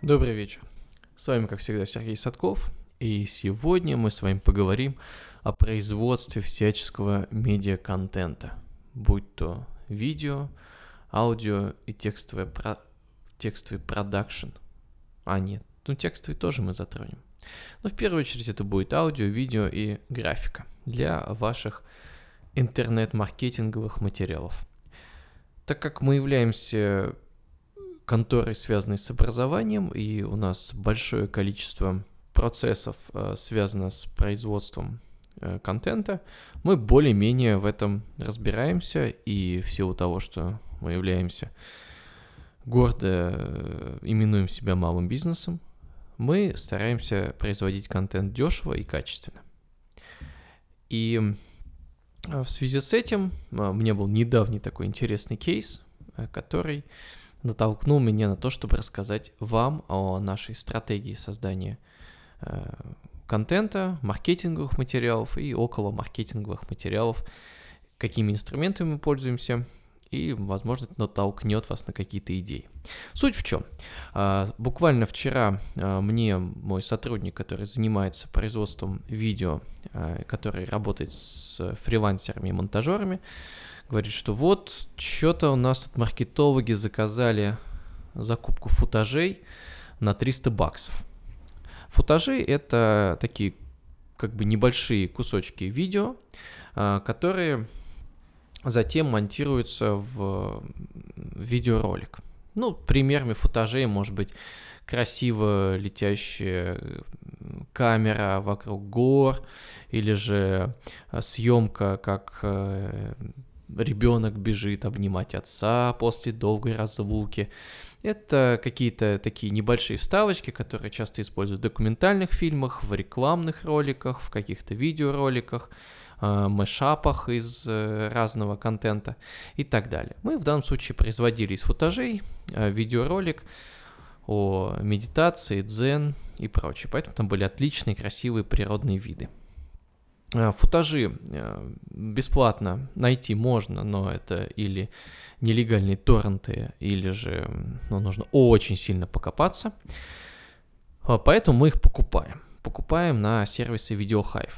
Добрый вечер. С вами, как всегда, Сергей Садков, и сегодня мы с вами поговорим о производстве всяческого медиаконтента, будь то видео, аудио и текстовый продакшн. Текстовый тоже мы затронем. Но в первую очередь это будет аудио, видео и графика для ваших интернет-маркетинговых материалов. Так как мы являемся конторой, связанной с образованием, и у нас большое количество процессов связано с производством контента, мы более-менее в этом разбираемся, и в силу того, что мы являемся гордо именуем себя малым бизнесом, мы стараемся производить контент дешево и качественно. И в связи с этим мне был недавний такой интересный кейс, который натолкнул меня на то, чтобы рассказать вам о нашей стратегии создания контента, маркетинговых материалов и около маркетинговых материалов, какими инструментами мы пользуемся, и, возможно, это натолкнет вас на какие-то идеи. Суть в чем? Буквально вчера мне мой сотрудник, который занимается производством видео, который работает с фрилансерами и монтажерами, говорит, что вот, что-то у нас тут маркетологи заказали закупку футажей на $300. Футажи — это такие как бы небольшие кусочки видео, которые затем монтируются в видеоролик. Примерами футажей может быть красиво летящая камера вокруг гор, или же съемка, как ребенок бежит обнимать отца после долгой разлуки. Это какие-то такие небольшие вставочки, которые часто используют в документальных фильмах, в рекламных роликах, в каких-то видеороликах, мэшапах из разного контента и так далее. Мы в данном случае производили из футажей видеоролик о медитации, дзен и прочее. Поэтому там были отличные, красивые природные виды. Футажи бесплатно найти можно, но это или нелегальные торренты, или же нужно очень сильно покопаться. Поэтому мы их покупаем. Покупаем на сервисе VideoHive.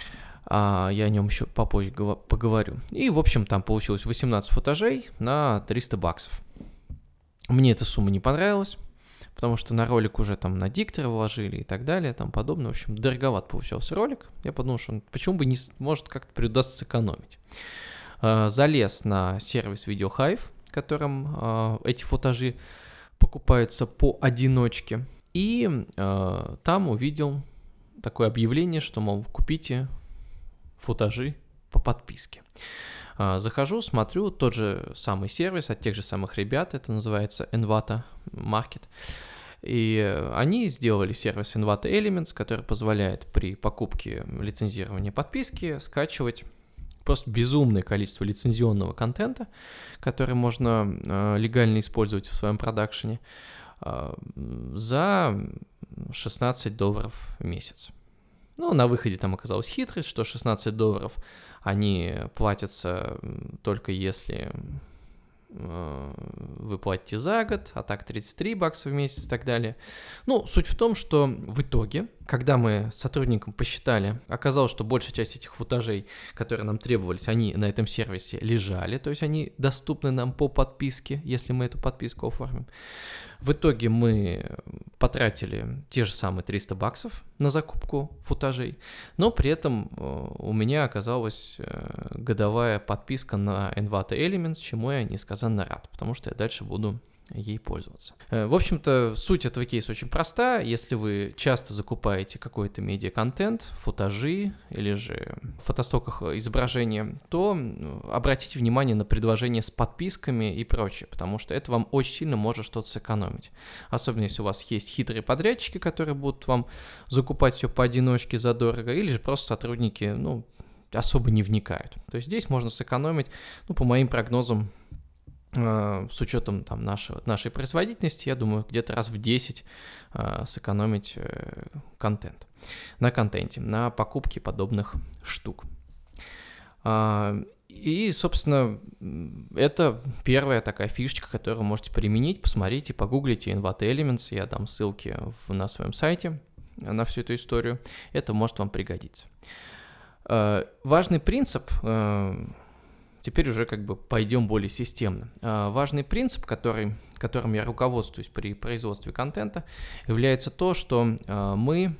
Я о нем еще попозже поговорю. И, в общем, там получилось 18 футажей на $300. Мне эта сумма не понравилась, потому что на ролик уже там на диктор вложили и так далее, там подобное. В общем, дороговат получался ролик. Я подумал, что почему бы не может как-то придастся сэкономить. Залез на сервис VideoHive, которым эти футажи покупаются поодиночке, и там увидел такое объявление, что, мол, купите футажи по подписке. Захожу, смотрю, тот же самый сервис от тех же самых ребят, это называется Envato Market, и они сделали сервис Envato Elements, который позволяет при покупке лицензирования подписки скачивать просто безумное количество лицензионного контента, который можно легально использовать в своем продакшене, за $16 в месяц. На выходе там оказалась хитрость, что $16 они платятся только если вы платите за год, а так $33 в месяц и так далее. Суть в том, что в итоге, когда мы с сотрудником посчитали, оказалось, что большая часть этих футажей, которые нам требовались, они на этом сервисе лежали, то есть они доступны нам по подписке, если мы эту подписку оформим. В итоге мы потратили те же самые $300 на закупку футажей, но при этом у меня оказалась годовая подписка на Envato Elements, чему я несказанно рад, потому что я дальше буду ей пользоваться. В общем-то, суть этого кейса очень проста. Если вы часто закупаете какой-то медиаконтент, футажи или же в фотостоках изображения, то обратите внимание на предложения с подписками и прочее, потому что это вам очень сильно может что-то сэкономить. Особенно если у вас есть хитрые подрядчики, которые будут вам закупать все поодиночке задорого, или же просто сотрудники, особо не вникают. То есть здесь можно сэкономить, по моим прогнозам, с учетом нашей производительности, я думаю, где-то раз в 10 сэкономить на контенте, на покупке подобных штук. И, собственно, это первая такая фишечка, которую вы можете применить. Посмотрите, погуглите Envato Elements, я дам ссылки на своем сайте на всю эту историю. Это может вам пригодиться. Важный принцип, теперь уже как бы пойдем более системно. Важный принцип, которым я руководствуюсь при производстве контента, является то, что мы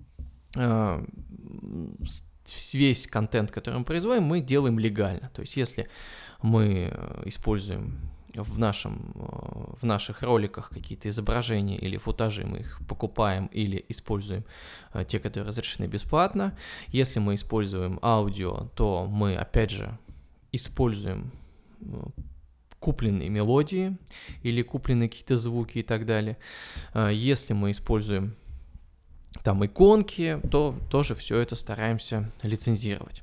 весь контент, который мы производим, мы делаем легально. То есть если мы используем в наших роликах какие-то изображения или футажи, мы их покупаем или используем те, которые разрешены бесплатно. Если мы используем аудио, то мы, опять же, используем купленные мелодии или купленные какие-то звуки и так далее. Если мы используем там иконки, то тоже все это стараемся лицензировать.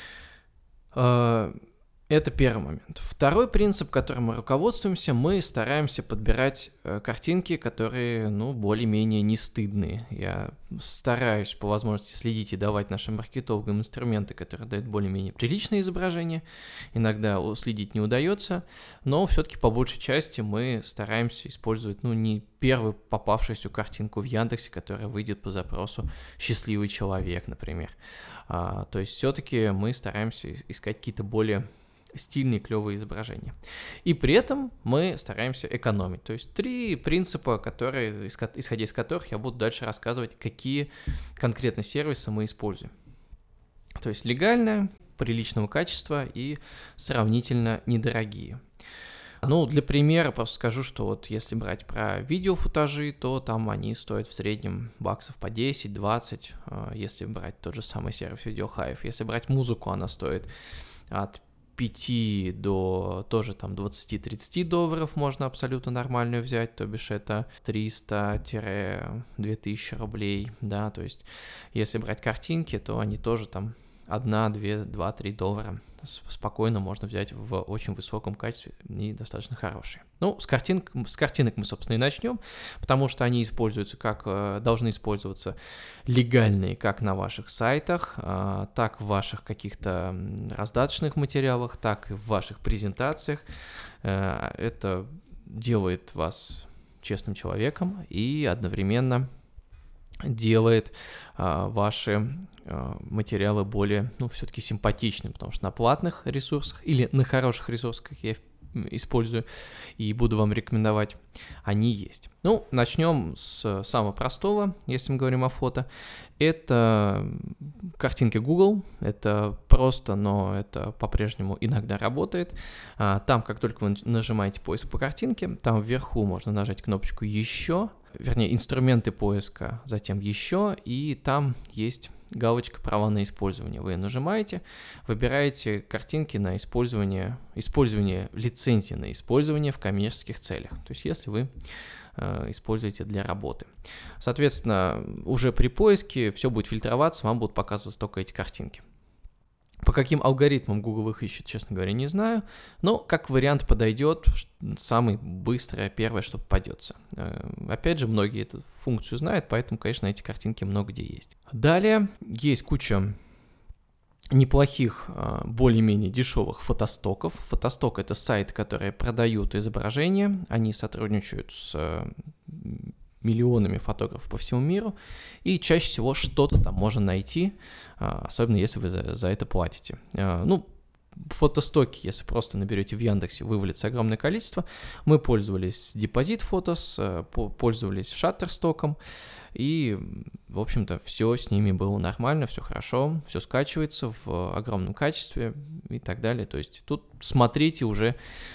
Это первый момент. Второй принцип, которым мы руководствуемся, мы стараемся подбирать картинки, которые, более-менее не стыдные. Я стараюсь по возможности следить и давать нашим маркетологам инструменты, которые дают более-менее приличные изображения. Иногда следить не удается, но все-таки по большей части мы стараемся использовать, не первую попавшуюся картинку в Яндексе, которая выйдет по запросу «счастливый человек», например. То есть все-таки мы стараемся искать какие-то более стильные, клевые изображения. И при этом мы стараемся экономить. То есть 3 принципа, исходя из которых я буду дальше рассказывать, какие конкретно сервисы мы используем. То есть легальное, приличного качества и сравнительно недорогие. Для примера просто скажу, что вот если брать про видеофутажи, то там они стоят в среднем баксов по 10-20, если брать тот же самый сервис VideoHive. Если брать музыку, она стоит от 5 до тоже там $20-30 можно абсолютно нормальную взять, то бишь это 300-2000 рублей, да, то есть если брать картинки, то они тоже там 1, 2, 2, 3 доллара спокойно можно взять в очень высоком качестве и достаточно хорошие. С картинок мы, собственно, и начнем, потому что они должны использоваться легальные как на ваших сайтах, так в ваших каких-то раздаточных материалах, так и в ваших презентациях. Это делает вас честным человеком и одновременно делает ваши материалы более, все-таки симпатичными, потому что на платных ресурсах или на хороших ресурсах, как я использую и буду вам рекомендовать, они есть. Начнем с самого простого, если мы говорим о фото. Это картинки Google, это просто, но это по-прежнему иногда работает. Там, как только вы нажимаете поиск по картинке, там вверху можно нажать кнопочку «Еще», вернее, инструменты поиска, затем «Еще», и там есть галочка «Права на использование». Вы нажимаете, выбираете картинки на использование лицензии на использование в коммерческих целях. То есть если вы используете для работы. Соответственно, уже при поиске все будет фильтроваться, вам будут показываться только эти картинки. По каким алгоритмам Google их ищет, честно говоря, не знаю, но как вариант подойдет, самый быстрое, первое, что попадется. Опять же, многие эту функцию знают, поэтому, конечно, эти картинки много где есть. Далее есть куча неплохих, более-менее дешевых фотостоков. Фотосток — это сайт, которые продают изображения, они сотрудничают с миллионами фотографов по всему миру, и чаще всего что-то там можно найти, особенно если вы за это платите. Фотостоки, если просто наберете в Яндексе, вывалится огромное количество. Мы пользовались Deposit Photos, пользовались Shutterstock, и, в общем-то, все с ними было нормально, все хорошо, все скачивается в огромном качестве и так далее. То есть тут смотрите уже,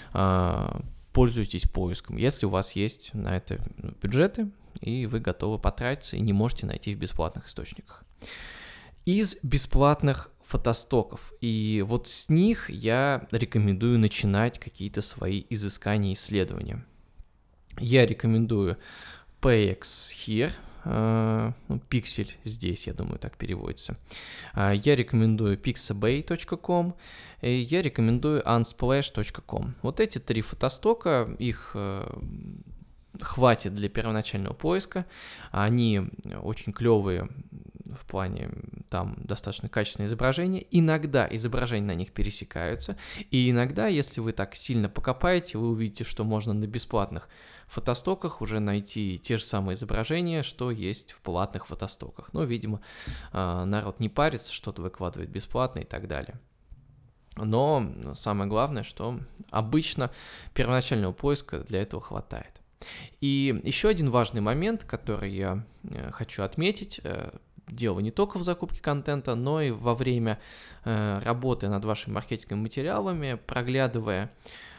пользуйтесь поиском, если у вас есть на это бюджеты, и вы готовы потратиться и не можете найти в бесплатных источниках. Из бесплатных фотостоков, и вот с них я рекомендую начинать какие-то свои изыскания и исследования. Я рекомендую PX Here, пиксель здесь, я думаю, так переводится. Я рекомендую pixabay.com, и я рекомендую unsplash.com. Вот эти 3 фотостока, их хватит для первоначального поиска. Они очень клевые в плане там достаточно качественные изображения, иногда изображения на них пересекаются, и иногда, если вы так сильно покопаете, вы увидите, что можно на бесплатных фотостоках уже найти те же самые изображения, что есть в платных фотостоках. Но, видимо, народ не парится, что-то выкладывает бесплатно и так далее. Но самое главное, что обычно первоначального поиска для этого хватает. И еще один важный момент, который я хочу отметить, дело не только в закупке контента, но и во время работы над вашими маркетинговыми материалами, проглядывая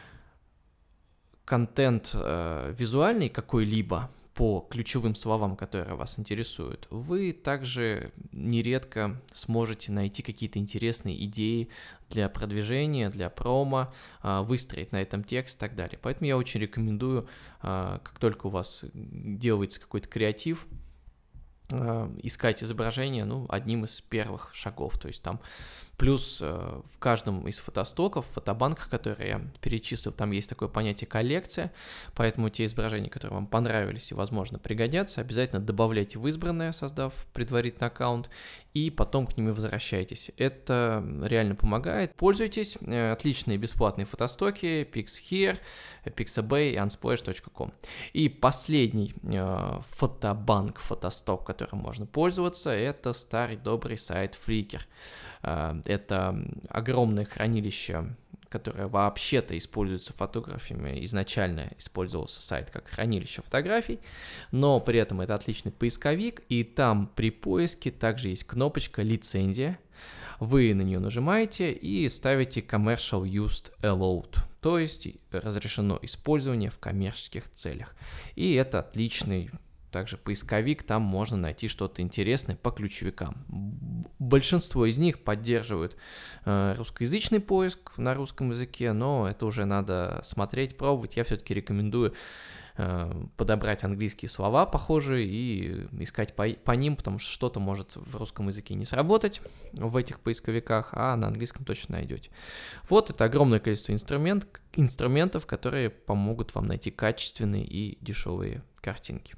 контент визуальный какой-либо по ключевым словам, которые вас интересуют, вы также нередко сможете найти какие-то интересные идеи для продвижения, для промо, выстроить на этом текст и так далее. Поэтому я очень рекомендую, как только у вас делается какой-то креатив, искать изображение, одним из первых шагов. То есть там плюс в каждом из фотостоков, фотобанках, которые я перечислил, там есть такое понятие коллекция, поэтому те изображения, которые вам понравились и, возможно, пригодятся, обязательно добавляйте в избранное, создав предварительный аккаунт, и потом к ним возвращайтесь. Это реально помогает. Пользуйтесь. Отличные бесплатные фотостоки PixHere, Pixabay и unsplash.com. И последний фотобанк, фотосток, которым можно пользоваться, это старый добрый сайт Flickr. Это огромное хранилище, которое вообще-то используется фотографами. Изначально использовался сайт как хранилище фотографий, но при этом это отличный поисковик, и там при поиске также есть кнопочка «Лицензия». Вы на нее нажимаете и ставите Commercial Used Allowed, то есть разрешено использование в коммерческих целях. И это отличный также поисковик, там можно найти что-то интересное по ключевикам. Большинство из них поддерживают русскоязычный поиск на русском языке, но это уже надо смотреть, пробовать. Я все-таки рекомендую подобрать английские слова похожие и искать по ним, потому что что-то может в русском языке не сработать в этих поисковиках, а на английском точно найдете. Вот это огромное количество инструментов, которые помогут вам найти качественные и дешевые картинки.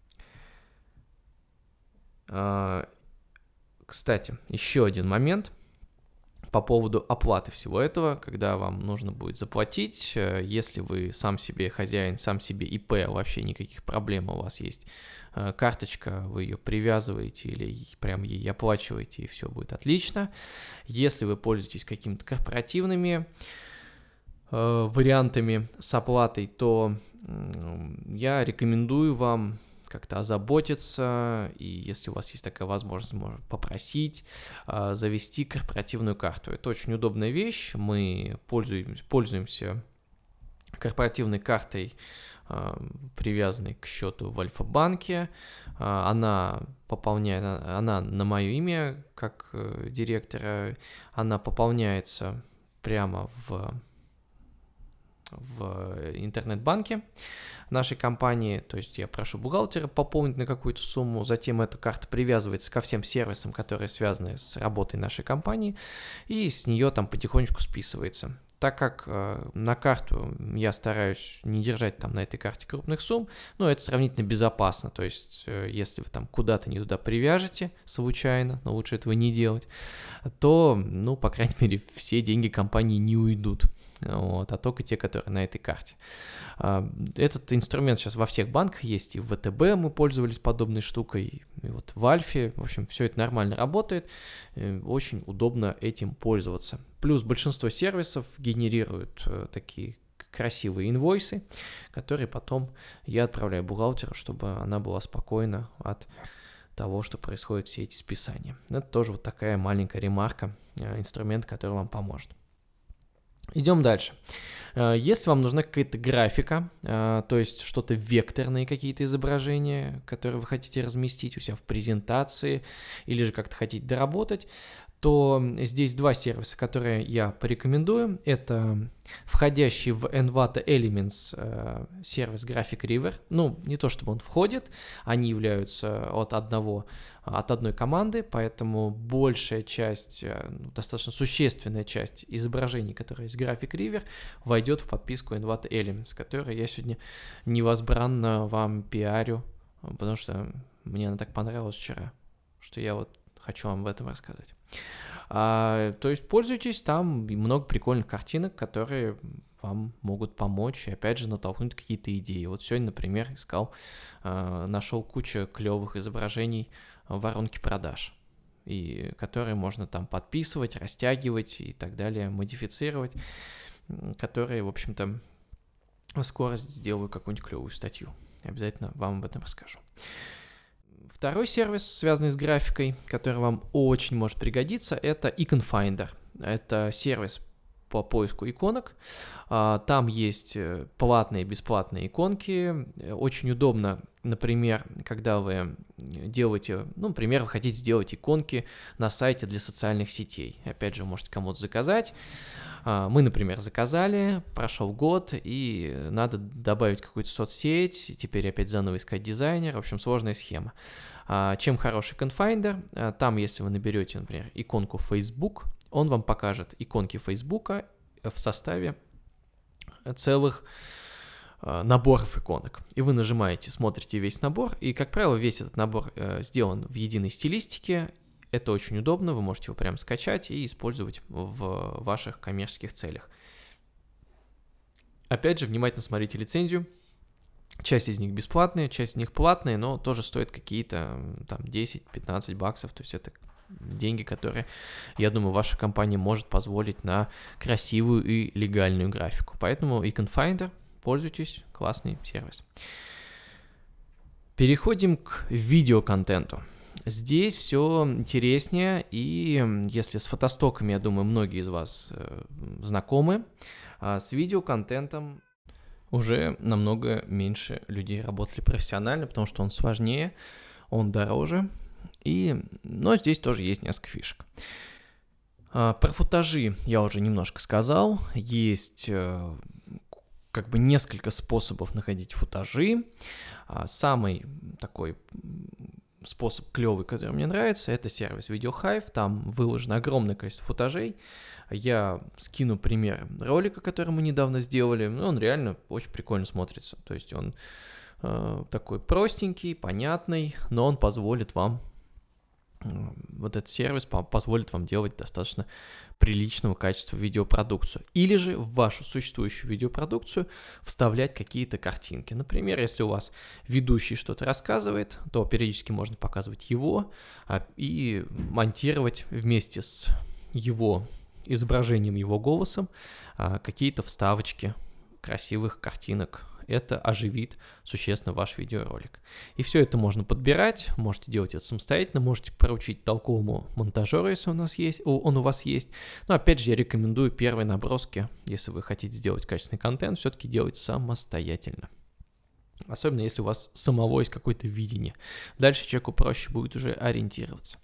Кстати, еще один момент по поводу оплаты всего этого, когда вам нужно будет заплатить, если вы сам себе хозяин, сам себе ИП, вообще никаких проблем у вас есть карточка, вы ее привязываете или прям ей оплачиваете, и все будет отлично. Если вы пользуетесь какими-то корпоративными вариантами с оплатой, то я рекомендую вам как-то озаботиться, и если у вас есть такая возможность, можно попросить завести корпоративную карту. Это очень удобная вещь, мы пользуемся корпоративной картой, привязанной к счету в Альфа-банке. Она на мое имя, как директора, она пополняется прямо в интернет-банке нашей компании, то есть я прошу бухгалтера пополнить на какую-то сумму, затем эта карта привязывается ко всем сервисам, которые связаны с работой нашей компании, и с нее там потихонечку списывается. Так как на карту я стараюсь не держать там на этой карте крупных сумм, но это сравнительно безопасно, то есть если вы там куда-то не туда привяжете случайно, но лучше этого не делать, то, по крайней мере, все деньги компании не уйдут. А только те, которые на этой карте. Этот инструмент сейчас во всех банках есть, и в ВТБ мы пользовались подобной штукой, и вот в Альфе, в общем, все это нормально работает, очень удобно этим пользоваться. Плюс большинство сервисов генерируют такие красивые инвойсы, которые потом я отправляю бухгалтеру, чтобы она была спокойна от того, что происходят все эти списания. Это тоже вот такая маленькая ремарка, инструмент, который вам поможет. Идем дальше. Если вам нужна какая-то графика, то есть что-то векторные какие-то изображения, которые вы хотите разместить у себя в презентации или же как-то хотите доработать, то здесь два сервиса, которые я порекомендую. Это входящий в Envato Elements сервис Graphic River. Не то чтобы он входит, они являются от одной команды, поэтому большая часть, достаточно существенная часть изображений, которые есть в Graphic River, войдет в подписку Envato Elements, которую я сегодня невозбранно вам пиарю, потому что мне она так понравилась вчера, что я вот хочу вам об этом рассказать. То есть пользуйтесь, там много прикольных картинок, которые вам могут помочь и, опять же, натолкнуть какие-то идеи. Вот сегодня, например, искал, нашел кучу клевых изображений воронки продаж, и которые можно там подписывать, растягивать и так далее, модифицировать, которые, в общем-то, скоро сделаю какую-нибудь клевую статью. Обязательно вам об этом расскажу. Второй сервис, связанный с графикой, который вам очень может пригодиться, это Icon Finder. Это сервис по поиску иконок. Там есть платные и бесплатные иконки. Очень удобно, например, когда вы делаете, например, вы хотите сделать иконки на сайте для социальных сетей. Опять же, вы можете кому-то заказать. Мы, например, заказали, прошел год, и надо добавить какую-то соцсеть, теперь опять заново искать дизайнера. В общем, сложная схема. Чем хороший Icon Finder? Там, если вы наберете, например, иконку Facebook, он вам покажет иконки Фейсбука в составе целых наборов иконок. И вы нажимаете, смотрите весь набор, и, как правило, весь этот набор сделан в единой стилистике. Это очень удобно, вы можете его прям скачать и использовать в ваших коммерческих целях. Опять же, внимательно смотрите лицензию. Часть из них бесплатные, часть из них платные, но тоже стоят какие-то там 10-15 баксов, то есть это деньги, которые, я думаю, ваша компания может позволить на красивую и легальную графику. Поэтому Icon Finder, пользуйтесь, классный сервис. Переходим к видеоконтенту. Здесь все интереснее, и если с фотостоками, я думаю, многие из вас знакомы, с видеоконтентом уже намного меньше людей работали профессионально, потому что он сложнее, он дороже, но здесь тоже есть несколько фишек. Про футажи я уже немножко сказал, есть как бы несколько способов находить футажи. Самый такой способ клевый, который мне нравится, это сервис VideoHive, там выложено огромное количество футажей. Я скину пример ролика, который мы недавно сделали, он реально очень прикольно смотрится, то есть он такой простенький, понятный, но он позволит вам, вот этот сервис позволит вам делать достаточно приличного качества видеопродукцию. Или же в вашу существующую видеопродукцию вставлять какие-то картинки. Например, если у вас ведущий что-то рассказывает, то периодически можно показывать его и монтировать вместе с его изображением, его голосом какие-то вставочки красивых картинок. Это оживит существенно ваш видеоролик. И все это можно подбирать, можете делать это самостоятельно, можете поручить толковому монтажеру, если он у вас есть. Но опять же, я рекомендую первые наброски, если вы хотите сделать качественный контент, все-таки делать самостоятельно. Особенно если у вас самого есть какое-то видение. Дальше человеку проще будет уже ориентироваться.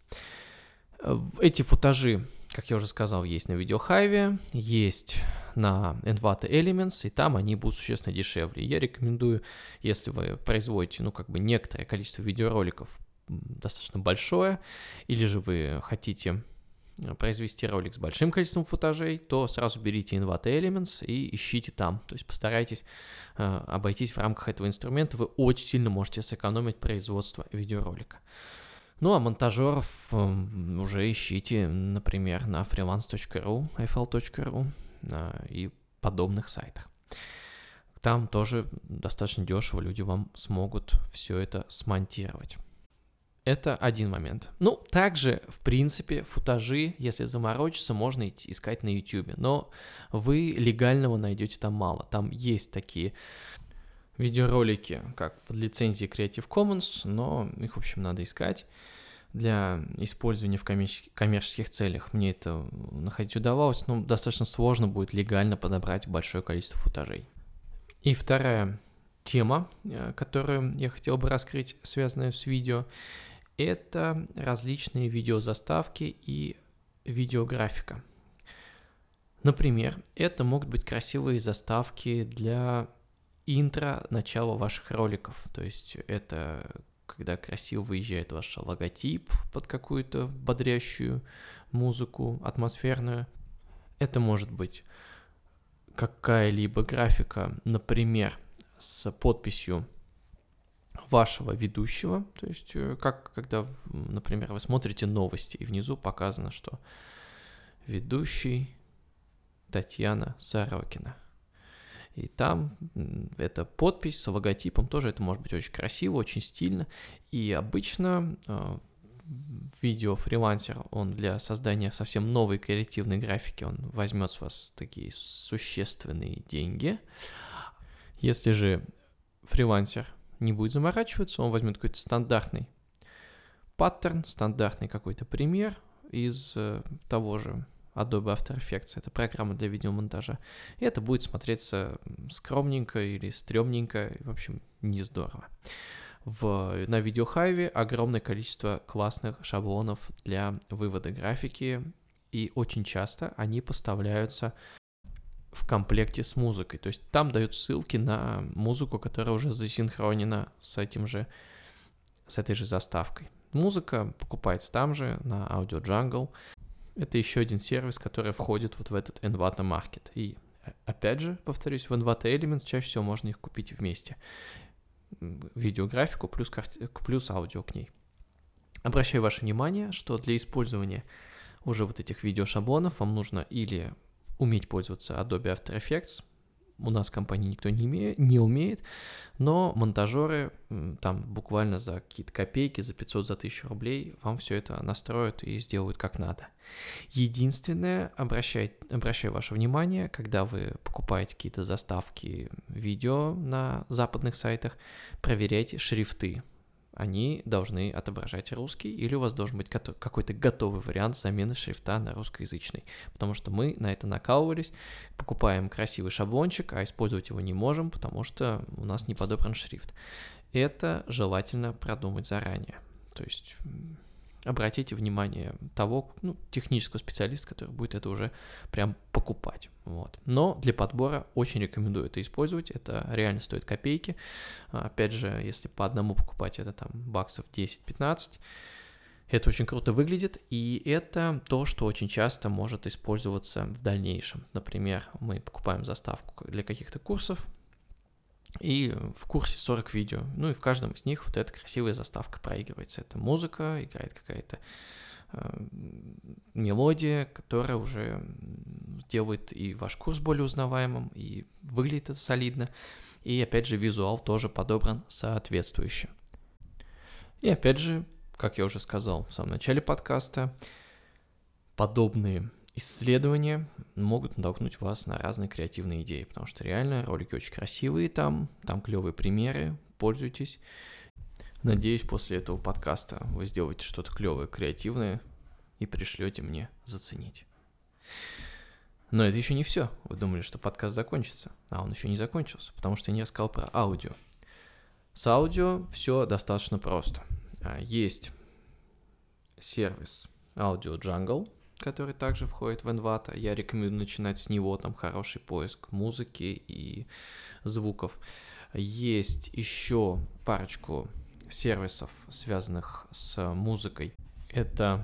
Эти футажи, как я уже сказал, есть на VideoHive, есть на Envato Elements, и там они будут существенно дешевле. Я рекомендую, если вы производите, некоторое количество видеороликов достаточно большое, или же вы хотите произвести ролик с большим количеством футажей, то сразу берите Envato Elements и ищите там. То есть постарайтесь обойтись в рамках этого инструмента, вы очень сильно можете сэкономить производство видеоролика. Ну, а монтажеров уже ищите, например, на freelance.ru, fl.ru и подобных сайтах. Там тоже достаточно дешево люди вам смогут все это смонтировать. Это один момент. Также, в принципе, футажи, если заморочиться, можно искать на YouTube, но вы легального найдете там мало. Там есть такие видеоролики, как под лицензией Creative Commons, но их, в общем, надо искать для использования в коммерческих целях. Мне это находить удавалось, но достаточно сложно будет легально подобрать большое количество футажей. И вторая тема, которую я хотел бы раскрыть, связанная с видео, это различные видеозаставки и видеографика. Например, это могут быть красивые заставки для интро начала ваших роликов, то есть это когда красиво выезжает ваш логотип под какую-то бодрящую музыку, атмосферную. Это может быть какая-либо графика, например, с подписью вашего ведущего, то есть как когда, например, вы смотрите новости, и внизу показано, что ведущий Татьяна Сорокина. И там эта подпись с логотипом тоже, это может быть очень красиво, очень стильно. И обычно видео-фрилансер, он для создания совсем новой креативной графики, он возьмет с вас такие существенные деньги. Если же фрилансер не будет заморачиваться, он возьмет какой-то стандартный паттерн, стандартный какой-то пример из того же Adobe After Effects, это программа для видеомонтажа, и это будет смотреться скромненько или стрёмненько, в общем, не здорово. На видеохайве огромное количество классных шаблонов для вывода графики, и очень часто они поставляются в комплекте с музыкой, то есть там дают ссылки на музыку, которая уже засинхронена с этой же заставкой. Музыка покупается там же, на Audio Jungle. Это еще один сервис, который входит вот в этот Envato Market. И опять же, повторюсь, в Envato Elements чаще всего можно их купить вместе. Видеографику плюс аудио к ней. Обращаю ваше внимание, что для использования уже вот этих видеошаблонов вам нужно или уметь пользоваться Adobe After Effects. У нас в компании никто не умеет, но монтажеры там буквально за какие-то копейки, за 500, за 1000 рублей вам все это настроят и сделают как надо. Единственное, обращаю ваше внимание, когда вы покупаете какие-то заставки видео на западных сайтах, проверяйте шрифты. Они должны отображать русский, или у вас должен быть какой-то готовый вариант замены шрифта на русскоязычный. Потому что мы на это накалывались, покупаем красивый шаблончик, а использовать его не можем, потому что у нас не подобран шрифт. Это желательно продумать заранее. То есть обратите внимание того технического специалиста, который будет это уже прям покупать. Вот. Но для подбора очень рекомендую это использовать, это реально стоит копейки. Опять же, если по одному покупать, это там баксов 10-15. Это очень круто выглядит, и это то, что очень часто может использоваться в дальнейшем. Например, мы покупаем заставку для каких-то курсов, и в курсе 40 видео, и в каждом из них вот эта красивая заставка проигрывается. Это музыка, играет какая-то мелодия, которая уже делает и ваш курс более узнаваемым, и выглядит это солидно. И опять же, визуал тоже подобран соответствующе. И опять же, как я уже сказал в самом начале подкаста, подобные исследования могут натолкнуть вас на разные креативные идеи, потому что реально ролики очень красивые там клевые примеры, пользуйтесь. Надеюсь, после этого подкаста вы сделаете что-то клевое, креативное и пришлете мне заценить. Но это еще не все. Вы думали, что подкаст закончится, а он еще не закончился, потому что я не рассказал про аудио. С аудио все достаточно просто. Есть сервис Audio Jungle, который также входит в Envato. Я рекомендую начинать с него, там хороший поиск музыки и звуков. Есть еще парочку сервисов, связанных с музыкой. Это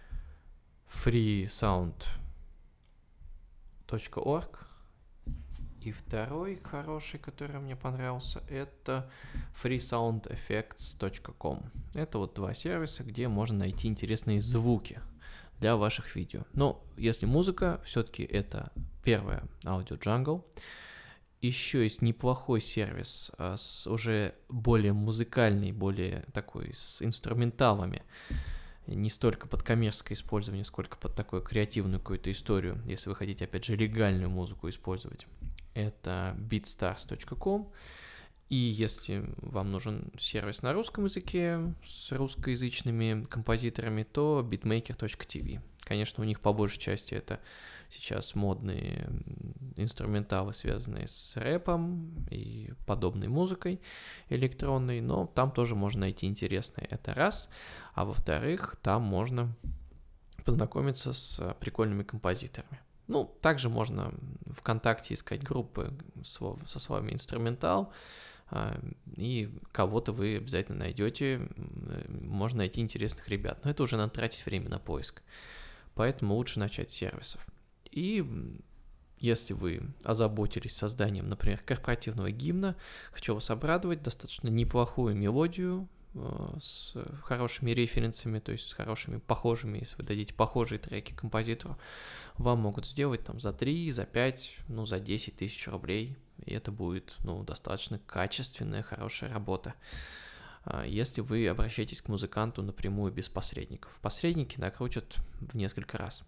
freesound.org. И второй хороший, который мне понравился, это freesoundeffects.com. Это вот два сервиса, где можно найти интересные звуки для ваших видео. Но если музыка, все-таки это первое Audio Jungle. Еще есть неплохой сервис с уже более музыкальный, более такой с инструменталами. Не столько под коммерческое использование, сколько под такую креативную какую-то историю, если вы хотите, опять же, легальную музыку использовать. Это beatstars.com. И если вам нужен сервис на русском языке с русскоязычными композиторами, то beatmaker.tv. Конечно, у них по большей части это сейчас модные инструменталы, связанные с рэпом и подобной музыкой электронной, но там тоже можно найти интересное, это раз. А во-вторых, там можно познакомиться с прикольными композиторами. Также можно ВКонтакте искать группы со словами инструментал, и кого-то вы обязательно найдете, можно найти интересных ребят, но это уже надо тратить время на поиск, поэтому лучше начать с сервисов. И если вы озаботились созданием, например, корпоративного гимна, хочу вас обрадовать, достаточно неплохую мелодию с хорошими референсами, то есть с хорошими похожими, если вы дадите похожие треки композитору, вам могут сделать там за 3, за 5, за 10 тысяч рублей, и это будет, достаточно качественная, хорошая работа. Если вы обращаетесь к музыканту напрямую без посредников. Посредники накрутят в несколько раз.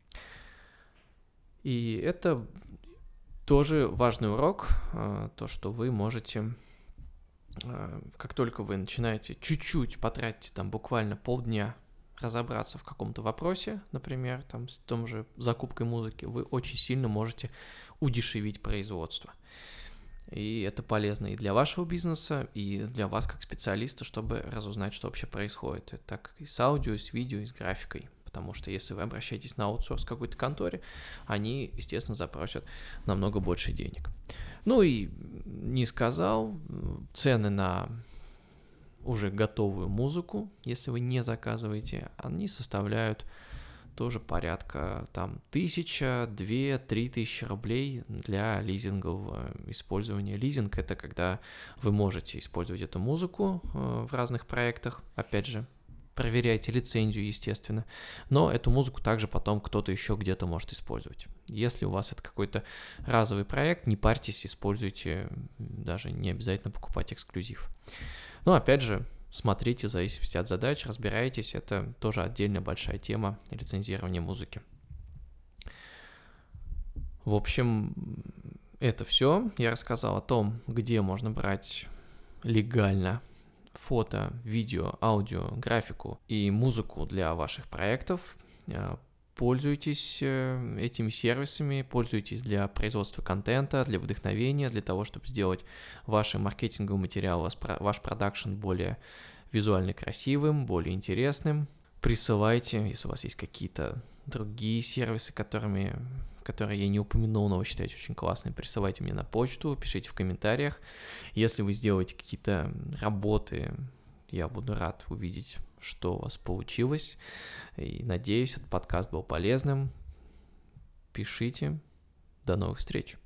И это тоже важный урок, то, что вы можете, как только вы начинаете чуть-чуть потратить там буквально полдня разобраться в каком-то вопросе, например, там с том же закупкой музыки, вы очень сильно можете удешевить производство. И это полезно и для вашего бизнеса, и для вас как специалиста, чтобы разузнать, что вообще происходит. Это так и с аудио, и с видео, и с графикой. Потому что если вы обращаетесь на аутсорс какой-то конторе, они, естественно, запросят намного больше денег. И не сказал, цены на уже готовую музыку, если вы не заказываете, они составляют тоже порядка 1000, 2, 3 тысячи рублей для лизингового использования. Лизинг — это когда вы можете использовать эту музыку в разных проектах, опять же, проверяйте лицензию, естественно, но эту музыку также потом кто-то еще где-то может использовать. Если у вас это какой-то разовый проект, не парьтесь, используйте, даже не обязательно покупать эксклюзив. Но опять же, смотрите, в зависимости от задач, разбирайтесь, это тоже отдельная большая тема лицензирования музыки. В общем, это все. Я рассказал о том, где можно брать легально фото, видео, аудио, графику и музыку для ваших проектов. Пользуйтесь этими сервисами, пользуйтесь для производства контента, для вдохновения, для того, чтобы сделать ваши маркетинговые материалы, ваш продакшн более визуально красивым, более интересным. Присылайте, если у вас есть какие-то другие сервисы, которые я не упомянул, но вы считаете очень классные, присылайте мне на почту, пишите в комментариях. Если вы сделаете какие-то работы, я буду рад увидеть, что у вас получилось. И надеюсь, этот подкаст был полезным. Пишите. До новых встреч.